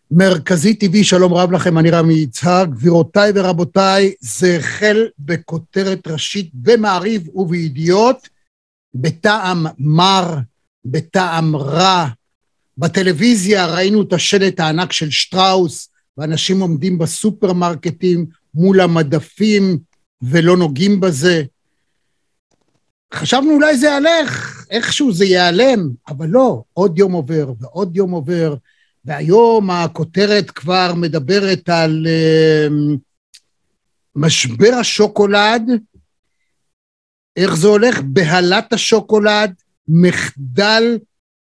מרכזי טבעי, שלום רב לכם, אני רמי יצחק, גבירותיי ורבותיי, זה החל בכותרת ראשית במעריב ובידיעות, בטעם מר, בטעם רע. בטלוויזיה ראינו את השלט הענק של שטראוס, ואנשים עומדים בסופרמרקטים מול המדפים ולא נוגעים בזה. חשבנו אולי זה ילך, איכשהו זה ייעלם, אבל לא, עוד יום עובר ועוד יום עובר, והיום הכותרת כבר מדברת על משבר השוקולד, איך זה הולך, בהלת השוקולד, מחדל,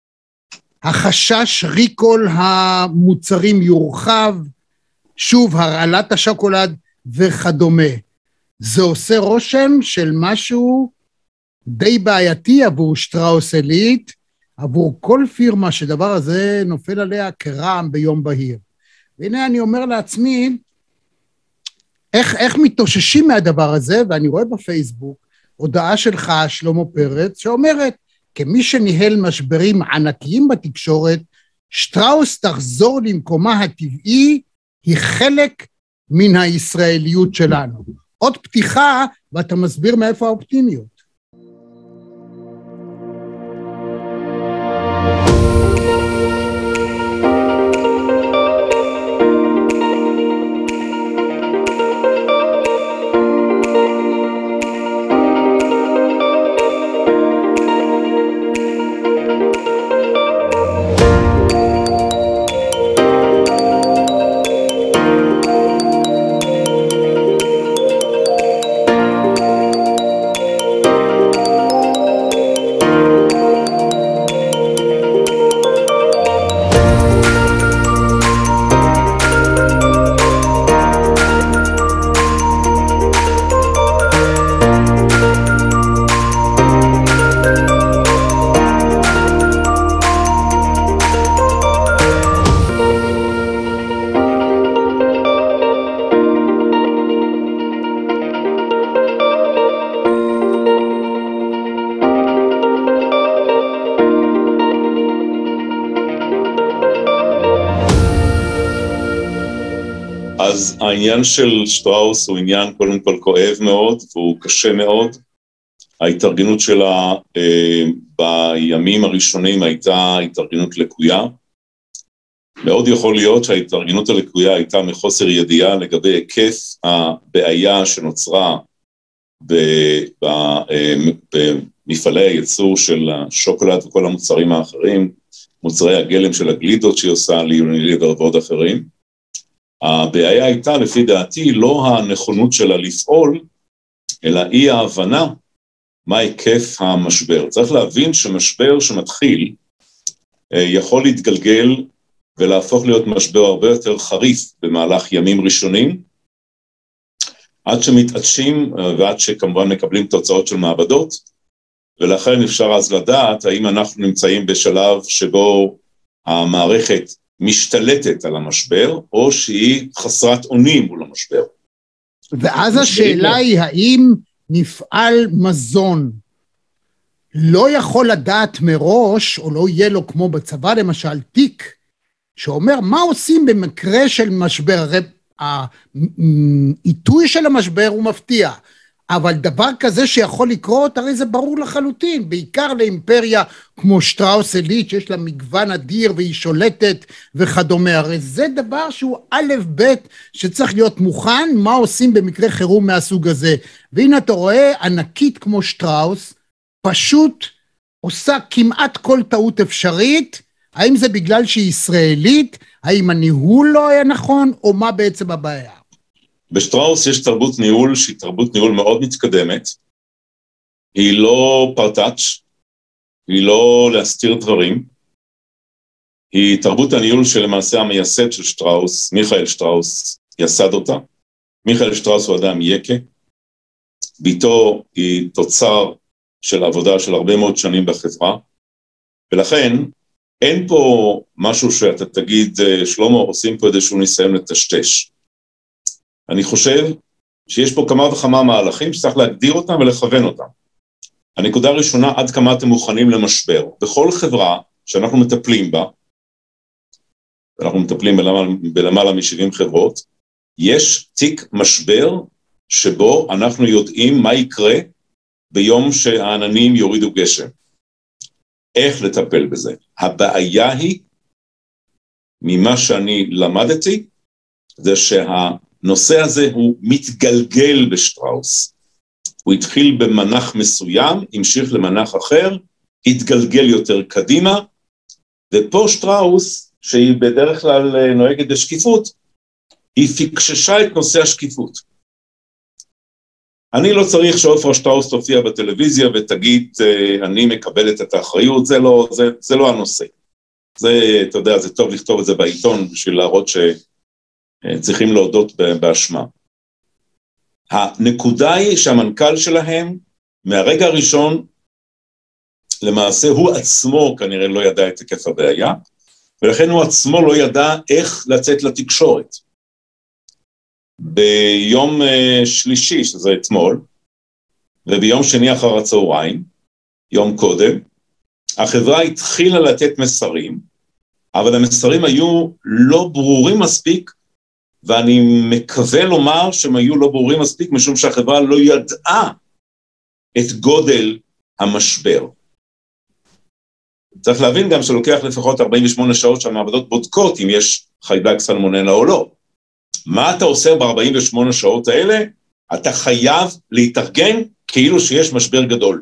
החשש ריקול המוצרים יורחב, שוב הרעלת השוקולד וכדומה. זה עושה רושם של משהו די בעייתי עבור שטראוס עילית, עבור כל פירמה שדבר הזה נופל עליה כרעם ביום בהיר. והנה אני אומר לעצמי, איך מתאוששים מהדבר הזה, ואני רואה בפייסבוק הודעה שלך, שלמה פרץ, שאומרת, כמי שניהל משברים ענקיים בתקשורת, שטראוס תחזור למקומה הטבעי, היא חלק מן הישראליות שלנו. עוד פתיחה, ואתה מסביר מאיפה האופטימיות. אז העניין של שטראוס הוא עניין קודם כל כואב מאוד, והוא קשה מאוד. ההתארגנות שלה בימים הראשונים הייתה התארגנות לקויה. מאוד יכול להיות שההתארגנות הלקויה הייתה מחוסר ידיעה לגבי היקף הבעיה שנוצרה במפעלי הייצור של השוקולד וכל המוצרים האחרים, מוצרי הגלם של הגלידות שהיא עושה ליוניליבר ועוד אחרים. הבעיה הייתה, לפי דעתי, לא הנכונות שלה לפעול, אלא אי ההבנה מה היקף המשבר. צריך להבין שמשבר שמתחיל יכול להתגלגל ולהפוך להיות משבר הרבה יותר חריף במהלך ימים ראשונים, עד שמתעדשים ועד שכמובן מקבלים תוצאות של מעבדות, ולכן אפשר אז לדעת האם אנחנו נמצאים בשלב שבו המערכת משתלטת על המשבר, או שהיא חסרת אונים מול המשבר. ואז השאלה היא, האם מפעל מזון לא יכול לדעת מראש, או לא יהיה לו כמו בצבא למשל תיק, שאומר מה עושים במקרה של משבר, הרי העיתוי של המשבר הוא מפתיע, אבל דבר כזה שיכול לקרות, הרי זה ברור לחלוטין, בעיקר לאימפריה כמו שטראוס עילית, שיש לה מגוון אדיר והיא שולטת וכדומה, הרי זה דבר שהוא א' ב' שצריך להיות מוכן, מה עושים במקרה חירום מהסוג הזה, והנה אתה רואה ענקית כמו שטראוס, פשוט עושה כמעט כל טעות אפשרית, האם זה בגלל שהיא ישראלית, האם הניהול לא היה נכון, או מה בעצם הבעיה? בשטראוס יש תרבות ניהול שהיא תרבות ניהול מאוד מתקדמת, היא לא פרטאץ', היא לא להסתיר דברים, היא תרבות הניהול שלמעשה המייסד של שטראוס, מיכאל שטראוס, יסד אותה. מיכאל שטראוס הוא אדם יקה, ביתו היא תוצר של עבודה של הרבה מאוד שנים בחברה, ולכן אין פה משהו שאתה תגיד, שלמה, עושים פה איזשהו ניסיון לטשטש. אני חושב שיש פה כמה וכמה מהלכים שצריך להגדיר אותם ולכוון אותם. הנקודה הראשונה, עד כמה אתם מוכנים למשבר. בכל חברה שאנחנו מטפלים בה, אנחנו מטפלים בלמעלה מ-70 חברות, יש תיק משבר שבו אנחנו יודעים מה יקרה ביום שהעננים יורידו גשם. איך לטפל בזה? הבעיה היא, ממה שאני למדתי, זה שהנושא הזה הוא מתגלגל בשטראוס. הוא התחיל במנח מסוים, המשיך למנח אחר, התגלגל יותר קדימה, ופה שטראוס, שהיא בדרך כלל נוהגת בשקיפות, היא פיקששה את נושא השקיפות. אני לא צריך שעופרה שטראוס תופיע בטלוויזיה ותגיד, אני מקבלת את האחריות, זה לא הנושא. זה, אתה יודע, זה טוב לכתוב את זה בעיתון, בשביל להראות שצריכים להודות באשמה. הנקודה היא שהמנכ"ל שלהם, מהרגע הראשון, למעשה הוא עצמו כנראה לא ידע את היקף הבעיה, ולכן הוא עצמו לא ידע איך לצאת לתקשורת. ביום שלישי, שזה אתמול, וביום שני אחר הצהריים, יום קודם, החברה התחילה לתת מסרים, אבל המסרים היו לא ברורים מספיק, ואני מקווה לומר שהם היו לא ברורים מספיק, משום שהחברה לא ידעה את גודל המשבר. צריך להבין גם שלוקח לפחות 48 שעות שהמעבדות בודקות אם יש חיידק סלמונלה או לא. מה אתה עושה ב-48 שעות האלה? אתה חייב להתארגן כאילו שיש משבר גדול.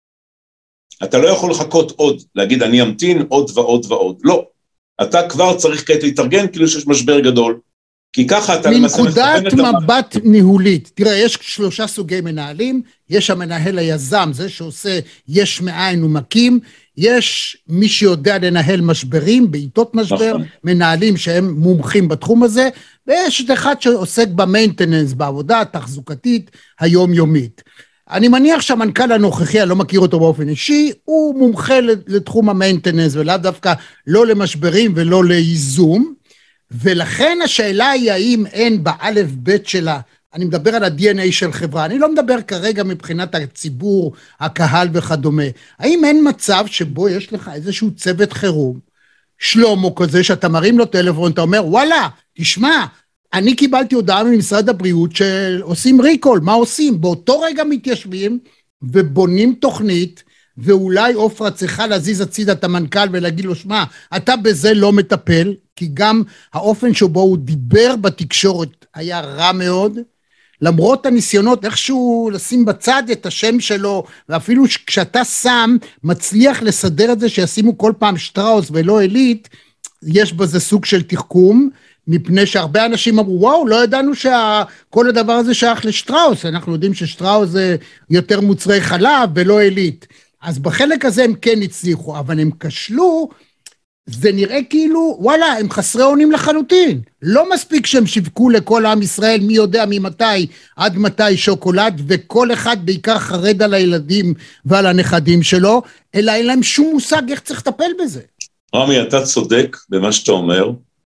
אתה לא יכול לחכות עוד, להגיד אני אמתין עוד ועוד ועוד. לא. אתה כבר צריך כעת להתארגן כאילו שיש משבר גדול. כי ככה אתה למעשה מנקודת מבט ניהולית, תראה, יש 3 סוגי מנהלים, יש המנהל היזם, זה שעושה יש מאין ומקים, יש מי שיודע לנהל משברים, בעיתות משבר, מנהלים שהם מומחים בתחום הזה, ויש את אחד שעוסק במיינטננס, בעבודה התחזוקתית היומיומית. אני מניח שהמנכ"ל הנוכחי, אני לא מכיר אותו באופן אישי, הוא מומחה לתחום המיינטננס, ולאו דווקא לא למשברים ולא לייזום, ולכן השאלה היא האם אין באלף בית שלה, אני מדבר על ה-DNA של חברה, אני לא מדבר כרגע מבחינת הציבור, הקהל וכדומה, האם אין מצב שבו יש לך איזשהו צוות חירום, שלמה כזה שאתה מרים לו טלפון, אתה אומר וואלה, תשמע, אני קיבלתי הודעה ממשרד הבריאות שעושים ריקול, מה עושים? באותו רגע מתיישבים ובונים תוכנית, ואולי עופרה צריכה להזיז הצידה את המנכ"ל ולהגיד לו, שמה, אתה בזה לא מטפל, כי גם האופן שבו הוא דיבר בתקשורת היה רע מאוד, למרות הניסיונות איכשהו לשים בצד את השם שלו, ואפילו כשאתה מצליח לסדר את זה שישימו כל פעם שטראוס ולא אליט, יש בזה סוג של תחכום, מפני שהרבה אנשים אמרו, וואו, לא ידענו שכל הדבר הזה שייך לשטראוס, אנחנו יודעים ששטראוס זה יותר מוצרי חלב ולא אליט. אז בחלק הזה הם כן הצליחו, אבל הם כשלו, זה נראה כאילו, וואלה, הם חסרי אונים לחלוטין. לא מספיק שהם שיווקו לכל עם ישראל, מי יודע ממתי עד מתי שוקולד, וכל אחד בעיקר חרד על הילדים ועל הנכדים שלו, אלא אין להם שום מושג איך צריך לטפל בזה. רמי, אתה צודק במה שאתה אומר,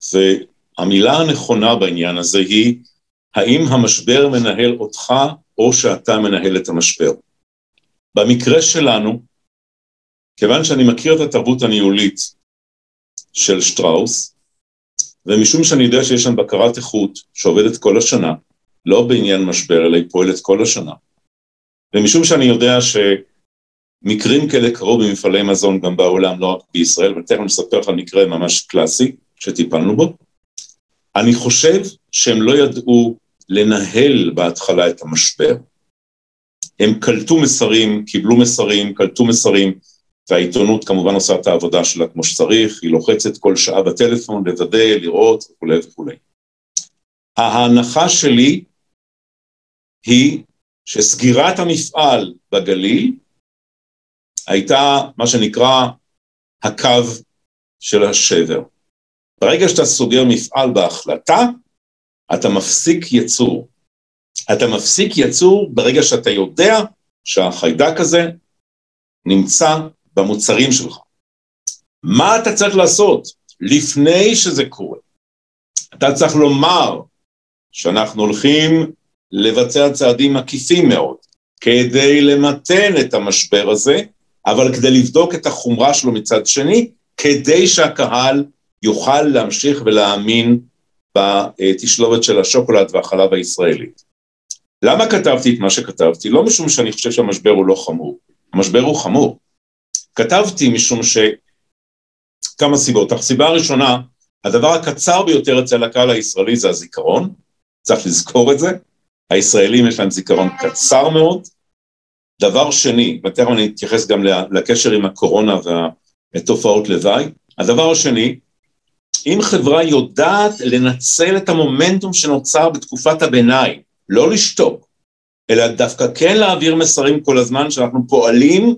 והמילה הנכונה בעניין הזה היא, האם המשבר מנהל אותך, או שאתה מנהל את המשבר? במקרה שלנו, כיוון שאני מכיר את התרבות הניהולית של שטראוס, ומשום שאני יודע שיש שם בקרת איכות שעובדת כל השנה, לא בעניין משבר, אלא היא פועלת כל השנה, ומשום שאני יודע שמקרים כאלה קרו במפעלי מזון גם בעולם, לא רק בישראל, ותכף נספר לך מקרה ממש קלאסי שטיפלנו בו, אני חושב שהם לא ידעו לנהל בהתחלה את המשבר, הם קלטו מסרים, קיבלו מסרים, קלטו מסרים, והעיתונות כמובן עושה את העבודה שלה כמו שצריך, היא לוחצת כל שעה בטלפון, לוודא, לראות וכו' וכו'. ההנחה שלי היא שסגירת המפעל בגליל הייתה מה שנקרא הקו של השבר. ברגע שאתה סוגר מפעל בהחלטה, אתה מפסיק ייצור. אתה מפסיק ייצור ברגע שאתה יודע שהחיידק הזה נמצא במוצרים שלך. מה אתה צריך לעשות לפני שזה קורה? אתה צריך לומר שאנחנו הולכים לבצע צעדים מקיפים מאוד, כדי למתן את המשבר הזה, אבל כדי לבדוק את החומרה שלו מצד שני, כדי שהקהל יוכל להמשיך ולהאמין בתשלובת של השוקולד והחלב הישראלית. למה כתבתי את מה שכתבתי? לא משום שאני חושב שהמשבר הוא לא חמור. המשבר הוא חמור. כתבתי משום כמה סיבות. הסיבה הראשונה, הדבר הקצר ביותר אצל הקהל הישראלי זה הזיכרון, צריך לזכור את זה, הישראלים יש להם זיכרון קצר מאוד. דבר שני, ותכף אני אתייחס גם לקשר עם הקורונה והתופעות לוואי, הדבר השני, אם חברה יודעת לנצל את המומנטום שנוצר בתקופת הביניים, לא לשתוק, אלא דווקא כן להעביר מסרים כל הזמן שאנחנו פועלים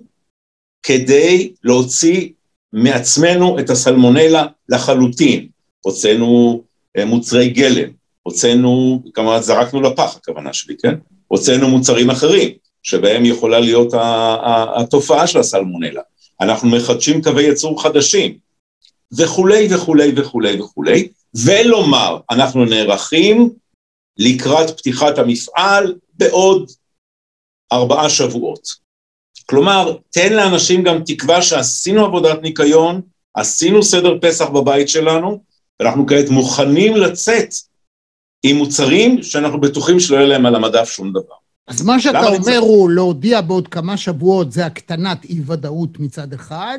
כדי להוציא מעצמנו את הסלמונלה לחלוטין. הוצאנו מוצרי גלם, הוצאנו, כמובן זרקנו לפח, הכוונה שלי, כן? הוצאנו מוצרים אחרים, שבהם יכולה להיות התופעה של הסלמונלה. אנחנו מחדשים קווי ייצור חדשים, וכולי וכולי וכולי וכולי, ולומר, אנחנו נערכים לקראת פתיחת המפעל בעוד 4 שבועות. כלומר, תן לאנשים גם תקווה שעשינו עבודת ניקיון, עשינו סדר פסח בבית שלנו, ואנחנו כעת מוכנים לצאת עם מוצרים שאנחנו בטוחים שלא יהיה להם על המדף שום דבר. אז מה שאתה אומר הוא להודיע בעוד כמה שבועות, זה הקטנת אי-ודאות מצד אחד,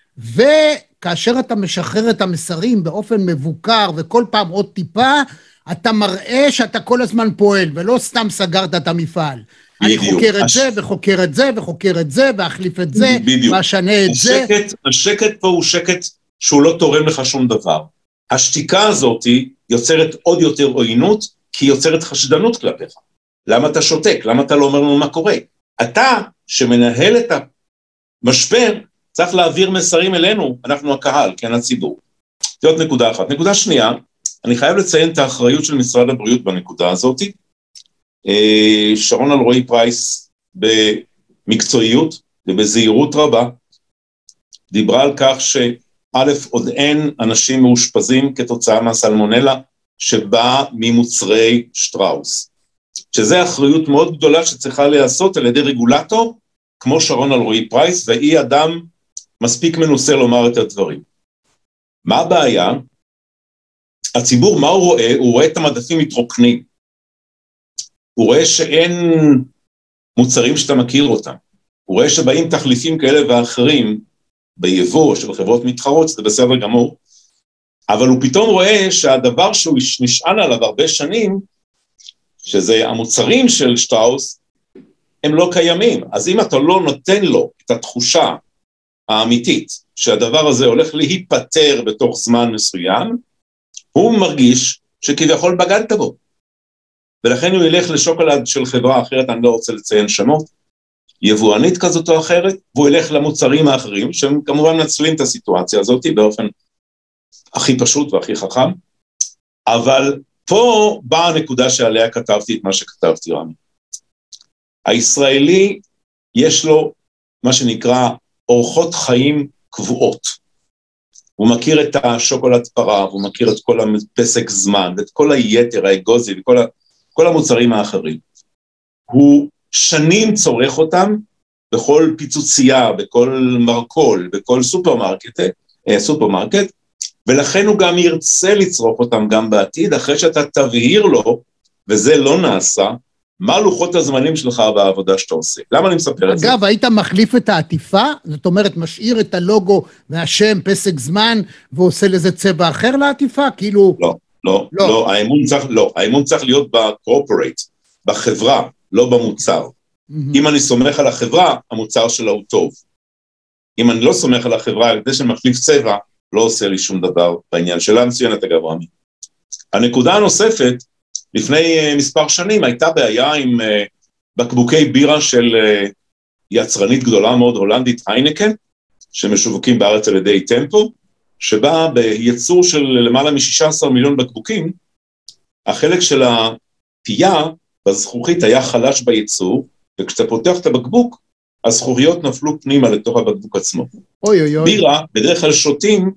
וכאשר אתה משחרר את המסרים באופן מבוקר וכל פעם עוד טיפה, אתה מראה שאתה כל הזמן פועל, ולא סתם סגרת את המפעל. אני חוקר את זה, וחוקר את זה, וחוקר את זה, ואחליף את זה, ואשנה את זה. השקט פה הוא שקט שהוא לא תורם לך שום דבר. השתיקה הזאת יוצרת עוד יותר עוינות, כי היא יוצרת חשדנות כלפיך. למה אתה שותק? למה אתה לא אומר לנו מה קורה? אתה, שמנהל את המשבר, צריך להעביר מסרים אלינו, אנחנו הקהל, כן, הציבור. זאת נקודה אחת. נקודה שנייה, אני חייב לציין את האחריות של משרד הבריאות בנקודה הזאת. שרון אלרועי פרייס במקצועיות ובזהירות רבה, דיברה על כך שא' עוד אין אנשים מאושפזים כתוצאה מהסלמונלה, שבאה ממוצרי שטראוס. שזה אחריות מאוד גדולה שצריכה להיעשות על ידי רגולטור, כמו שרון אלרועי פרייס, והיא אדם מספיק מנוסה לומר את הדברים. מה הבעיה? הציבור, מה הוא רואה? הוא רואה את המדפים מתרוקנים. הוא רואה שאין מוצרים שאתה מכיר אותם. הוא רואה שבאים תחליפים כאלה ואחרים, ביבוא של חברות מתחרות, זה בסדר גמור, אבל הוא פתאום רואה שהדבר שהוא נשען עליו הרבה שנים, שזה המוצרים של שטראוס, הם לא קיימים. אז אם אתה לא נותן לו את התחושה האמיתית, שהדבר הזה הולך להיפטר בתוך זמן מסוים, הוא מרגיש שכביכול בגדת בו. ולכן הוא ילך לשוקולד של חברה אחרת, אני לא רוצה לציין שמות, יבואנית כזאת או אחרת, והוא ילך למוצרים האחרים, שהם כמובן מנצלים את הסיטואציה הזאת, באופן הכי פשוט והכי חכם, אבל פה באה הנקודה שעליה כתבתי את מה שכתבתי, רמי. הישראלי יש לו מה שנקרא אורחות חיים קבועות. הוא מכיר את השוקולד פרה, הוא מכיר את כל הפסק זמן, ואת כל היתר, האגוזי, וכל המוצרים האחרים. הוא שנים צורך אותם בכל פיצוצייה, בכל מרקול, בכל סופרמרקט, ולכן הוא גם ירצה לצרוך אותם גם בעתיד, אחרי שאתה תבהיר לו, וזה לא נעשה, מה לוחות הזמנים שלך בעבודה שאתה עושה? למה אני מספר את זה? אגב, היית מחליף את העטיפה? זאת אומרת, משאיר את הלוגו והשם פסק זמן, ועושה לזה צבע אחר לעטיפה? כאילו... לא, האמון צריך להיות בקורפורייט, בחברה, לא במוצר. אם אני סומך על החברה, המוצר שלה הוא טוב. אם אני לא סומך על החברה, כדי שמחליף צבע, לא עושה לי שום דבר בעניין שלה מצוינת, אגב, רמי. הנקודה הנוספת, לפני מספר שנים, הייתה בעיה עם בקבוקי בירה של יצרנית גדולה מאוד, הולנדית, היינקן, שמשווקים בארץ על ידי טמפו, שבה בייצור של למעלה מ-16 מיליון בקבוקים, החלק של הפייה בזכוכית היה חלש בייצור, וכשאתה פותח את הבקבוק, הזכוכיות נפלו פנימה לתוך הבקבוק עצמו. בירה, בדרך כלל שותים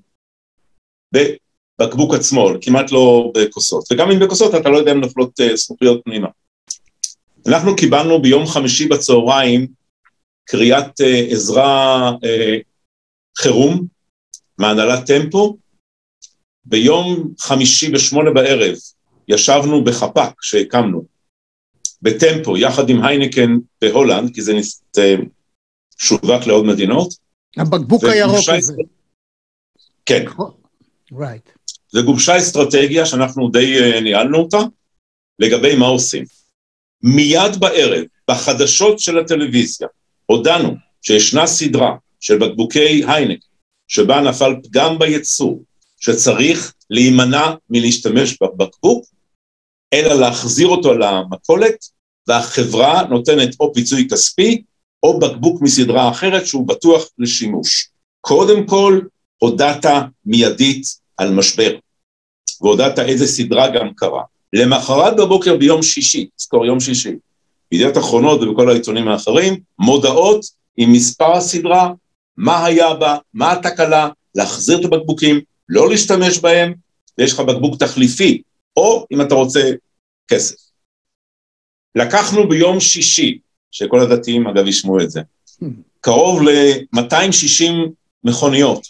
בבקבוק עצמו, כמעט לא בכוסות, וגם אם בכוסות אתה לא יודע אם נפלות זכוכיות פנימה. אנחנו קיבלנו ביום חמישי בצהריים קריאת עזרה חירום, מהנהלת טמפו, ביום חמישי ב8 בערב, ישבנו בחפ"ק שהקמנו, בטמפו, יחד עם היינקן בהולנד, כי זה שווק לעוד מדינות. הבקבוק הירוק הזה. כן. Right. וגובשה אסטרטגיה שאנחנו די ניהלנו אותה, לגבי מה עושים. מיד בערב, בחדשות של הטלוויזיה, הודענו שישנה סדרה של בקבוקי היינקן, שבה נפל פגם בייצור, שצריך להימנע מלהשתמש בבקבוק, אלא להחזיר אותו למכולת, והחברה נותנת או פיצוי כספי, או בקבוק מסדרה אחרת שהוא בטוח לשימוש. קודם כל, הודעת מיידית על משבר, והודעת איזה סדרה גם קרה. למחרת בבוקר ביום שישי, זכור יום שישי, בידיעות אחרונות ובכל העיתונים האחרים, מודעות עם מספר הסדרה, מה היה בה, מה התקלה, להחזיר את הבקבוקים, לא להשתמש בהם, ויש לך בקבוק תחליפי, או אם אתה רוצה כסף. לקחנו ביום שישי, שכל הדתיים אגב ישמעו את זה, קרוב ל-260 מכוניות,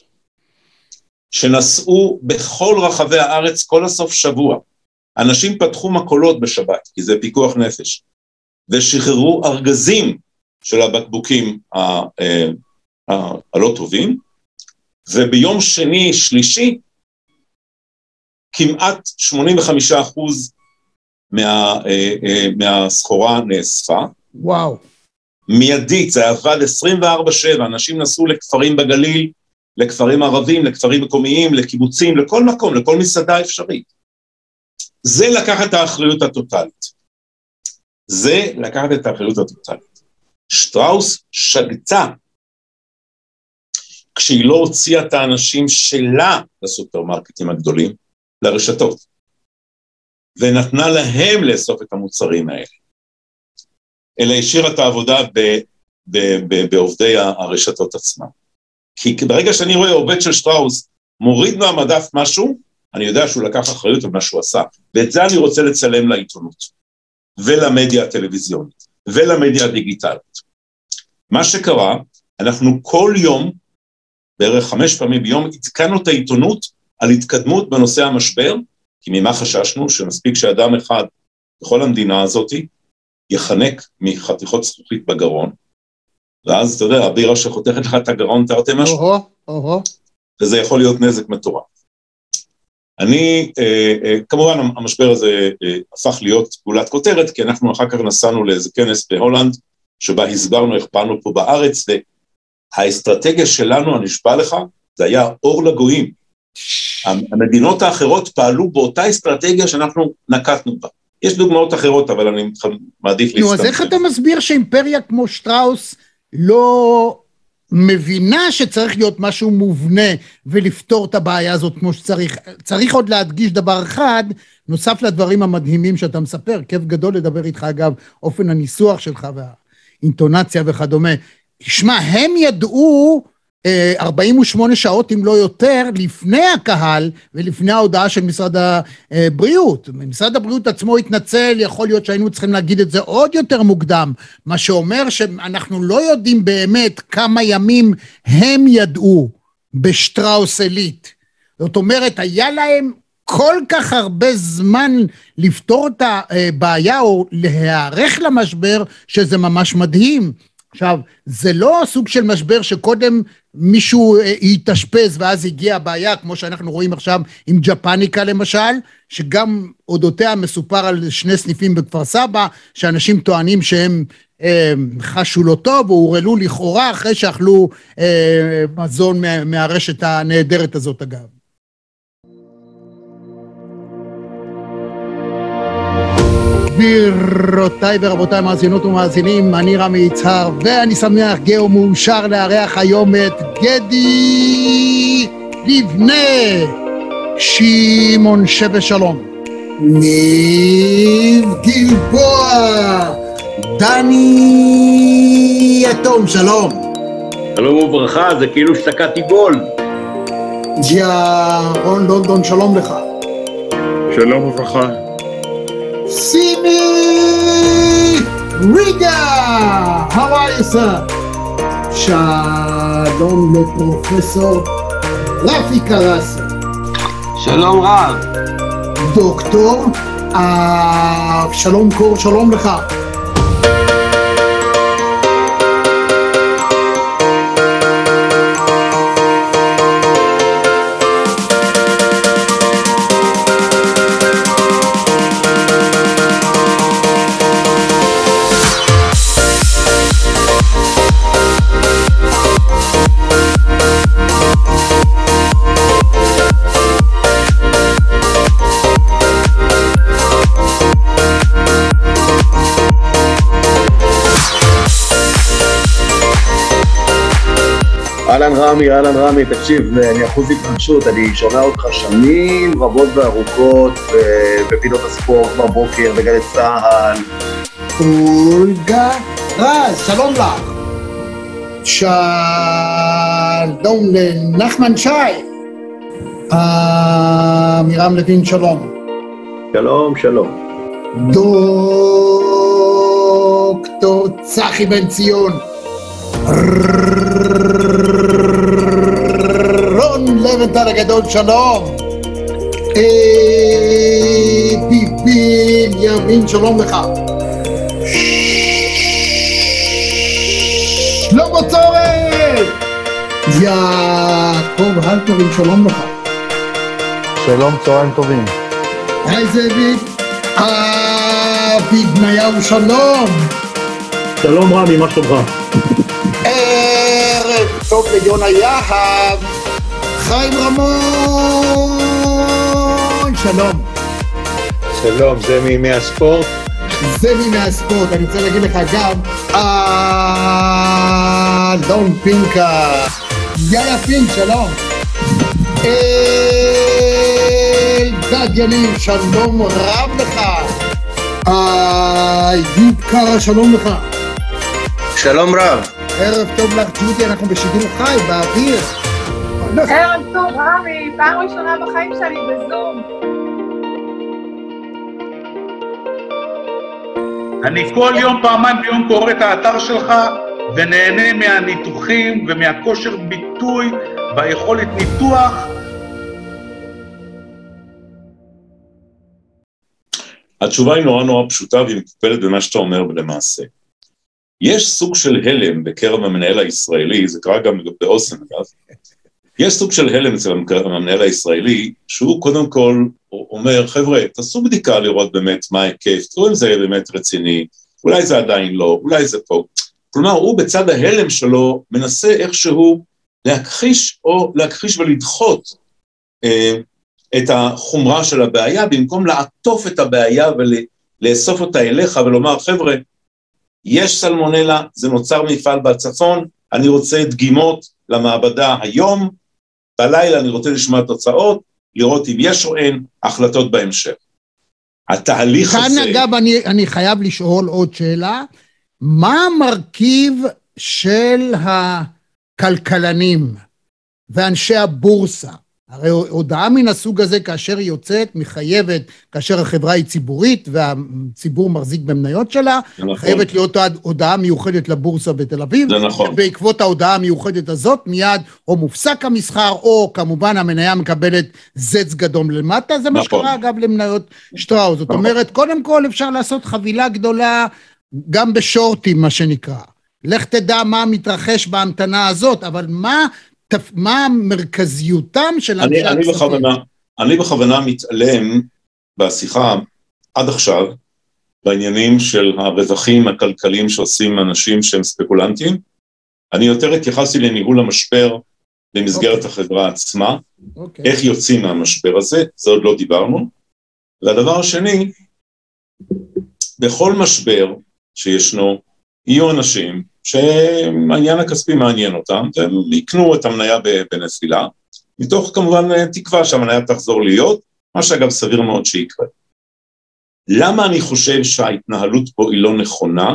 שנסעו בכל רחבי הארץ כל הסוף שבוע. אנשים פתחו מקולות בשבת, כי זה פיקוח נפש, ושחררו ארגזים של הבקבוקים הלא טובים, וביום שני, שלישי, כמעט 85% מהסחורה נאספה. וואו. מיידית, זה עבד 24/7, אנשים נסעו לכפרים בגליל, לכפרים ערבים, לכפרים מקומיים, לקיבוצים, לכל מקום, לכל מסעדה אפשרית. זה לקחת את האחריות הטוטלית. שטראוס שגתה, כשהיא לא הוציאה את האנשים שלה לסופרמרקטים הגדולים, לרשתות, ונתנה להם לאסוף את המוצרים האלה. אלא השאירה את העבודה בעובדי הרשתות עצמם. כי ברגע שאני רואה עובד של שטראוס, מוריד מהמדף משהו, אני יודע שהוא לקח אחריות על מה שהוא עשה, ואת זה אני רוצה לצלם לעיתונות, ולמדיה הטלוויזיונית, ולמדיה הדיגיטלית. מה שקרה, אנחנו כל יום, בערך 5 פעמים ביום, התקנו את העיתונות על התקדמות בנושא המשבר, כי ממה חששנו שמספיק שאדם אחד בכל המדינה הזאת יחנק מחתיכות זכוכית בגרון, ואז אתה יודע, הבירה שחותכת לך את הגרון תרתי משהו, וזה יכול להיות נזק מטורף. כמובן המשבר הזה הפך להיות גולת כותרת, כי אנחנו אחר כך נסענו לאיזה כנס בהולנד, שבה הסברנו איך פעלנו פה בארץ, והאסטרטגיה שלנו, אני נשבע לך, זה היה אור לגויים. המדינות האחרות פעלו באותה אסטרטגיה שאנחנו נקטנו בה. יש דוגמאות אחרות, אבל אני מעדיף להסתכל. אז איך אתה מסביר שאימפריה כמו שטראוס לא מבינה שצריך להיות משהו מובנה ולפתור את הבעיה הזאת כמו שצריך? צריך עוד להדגיש דבר אחד, נוסף לדברים המדהימים שאתה מספר, כיף גדול לדבר איתך אגב, אופן הניסוח שלך והאינטונציה וכדומה. תשמע, הם ידעו 48 שעות אם לא יותר לפני הקהל ולפני ההודעה של משרד הבריאות. משרד הבריאות עצמו התנצל, יכול להיות שהיינו צריכים להגיד את זה עוד יותר מוקדם, מה שאומר שאנחנו לא יודעים באמת כמה ימים הם ידעו בשטראוס עילית. זאת אומרת, היה להם כל כך הרבה זמן לפתור את הבעיה או להיערך למשבר, שזה ממש מדהים. עכשיו, זה לא סוג של משבר שקודם מישהו יתאשפז ואז הגיעה הבעיה, כמו שאנחנו רואים עכשיו עם ג'פניקה למשל, שגם אודותיה מסופר על 2 סניפים בכפר סבא, שאנשים טוענים שהם חשו לא טוב, או הורלו לכאורה אחרי שאכלו מזון מהרשת הנהדרת הזאת אגב. גבירותיי ורבותיי מאזינות ומאזינים, אני רמי יצהר, ואני שמח גאו מאושר לארח היום את גדי לבנה, שמעון שווה שלום, ניב גלבוע, דני יתום, שלום. שלום וברכה, זה כאילו שתקעתי גול. רון לונדון, שלום לך. שלום וברכה. סימי ריגה, how are you sir? שלום לפרופסור רפי קרסי. שלום רב. דוקטור, שלום קור, שלום לך. אהלן רמי, תקשיב, אני אחוז התרגשות, אני שומע אותך שנים רבות וארוכות בפינות הספורט בבוקר, בגלי צהל. אולגה רז, שלום לך. שלום לנחמן שי. מירם לוין, שלום. שלום. דוקטור צחי בן ציון. רון לבנטל הגדול, שלום. ביבין ימין, שלום לך. שלמה צורן. יעקב הלפרין, שלום לך. שלום, צהריים טובים. היי זאביק. אבי בניהו, שלום. שלום רמי, מה שלומך? ערב טוב ליונה יהב. חיים רמון, שלום. שלום, זה מימי הספורט? זה מימי הספורט, אני רוצה להגיד לך גם, דון פינקה, יאיה פינק, שלום. אלדד יניב, שלום רב לך. יוב קרה, שלום לך. שלום רב. ערב טוב לך, ג'ודי, אנחנו בשידור חי, באוויר. ערב טוב, רמי, פעם ראשונה בחיים שלי בזום. אני כל יום, פעמיים ביום קורא את האתר שלך ונהנה מהניתוחים ומהכושר ביטוי והיכולת ניתוח. התשובה היא נורא פשוטה והיא מקופלת במה שאתה אומר למעשה. יש סוג של הלם בקרב המנהל הישראלי, זה קרה גם באוסם אגב, יש סוג של הלם אצל המנהל הישראלי, שהוא קודם כל אומר, חבר'ה, תעשו בדיקה לראות באמת מה ההיקף, תראו אם זה באמת רציני, אולי זה עדיין לא, אולי זה פה. כלומר, הוא בצד ההלם שלו מנסה איכשהו להכחיש ולדחות את החומרה של הבעיה, במקום לעטוף את הבעיה ולאסוף אותה אליך ולומר, חבר'ה, יש סלמונלה, זה נוצר מפעל בצפון, אני רוצה דגימות למעבדה היום, בלילה אני רוצה לשמוע תוצאות, לראות אם יש או אין, החלטות בהמשך. התהליך הזה... כאן אגב אני חייב לשאול עוד שאלה, מה המרכיב של הכלכלנים ואנשי הבורסה? הרי הודעה מן הסוג הזה כאשר היא יוצאת מחייבת, כאשר החברה היא ציבורית והציבור מחזיק במניות שלה, נכון. חייבת להיות הודעה מיוחדת לבורסה בתל אביב, זה נכון. בעקבות ההודעה המיוחדת הזאת מיד או מופסק המסחר או כמובן המניה מקבלת זץ גדום למטה, זה מה שקרה אגב למניות שטראוס, זאת אומרת קודם כל אפשר לעשות חבילה גדולה גם בשורטים מה שנקרא, לך תדע מה מתרחש בהמתנה הזאת, אבל מה מרכזיותם של אנשי הכספים? אני בכוונה מתעלם בשיחה עד עכשיו, בעניינים של הרווחים הכלכליים שעושים אנשים שהם ספקולנטים, אני יותר התייחסתי לניהול המשבר במסגרת החברה עצמה, איך יוצאים מהמשבר הזה, זה עוד לא דיברנו, והדבר השני, בכל משבר שישנו, יהיו אנשים, שהעניין הכספי מעניין אותם, והם יקנו את המניה בנפילה, מתוך כמובן תקווה שהמניה תחזור להיות, מה שאגב סביר מאוד שיקרה. למה אני חושב שההתנהלות פה היא לא נכונה?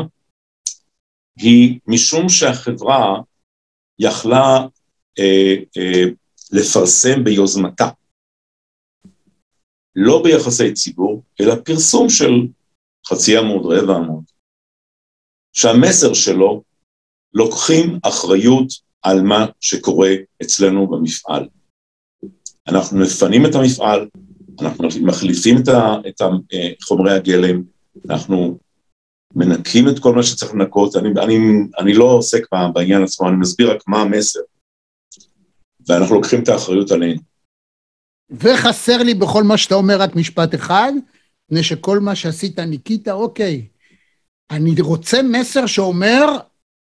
היא משום שהחברה יכלה לפרסם ביוזמתה, לא ביחסי ציבור, אלא פרסום של חצי עמוד, רבע עמוד, שהמסר שלו לוקחים אחריות על מה שקורה אצלנו במפעל. אנחנו מפנים את המפעל, אנחנו מחליפים את חומרי הגלם, אנחנו מנקים את כל מה שצריך לנקות, אני לא עוסק בעניין עצמו, אני מסביר רק מה המסר, ואנחנו לוקחים את האחריות עלינו. וחסר לי בכל מה שאתה אומר רק משפט אחד, מפני שכל מה שעשית ניקית, אוקיי, אני רוצה מסר שאומר,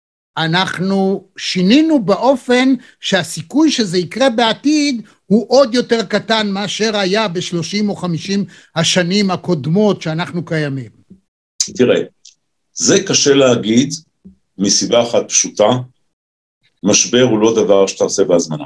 אנחנו שינינו באופן שהסיכוי שזה יקרה בעתיד, הוא עוד יותר קטן מאשר היה ב-30 או 50 השנים הקודמות שאנחנו קיימים. תראה, זה קשה להגיד מסיבה אחת פשוטה, משבר הוא לא דבר שאתה עושה בהזמנה.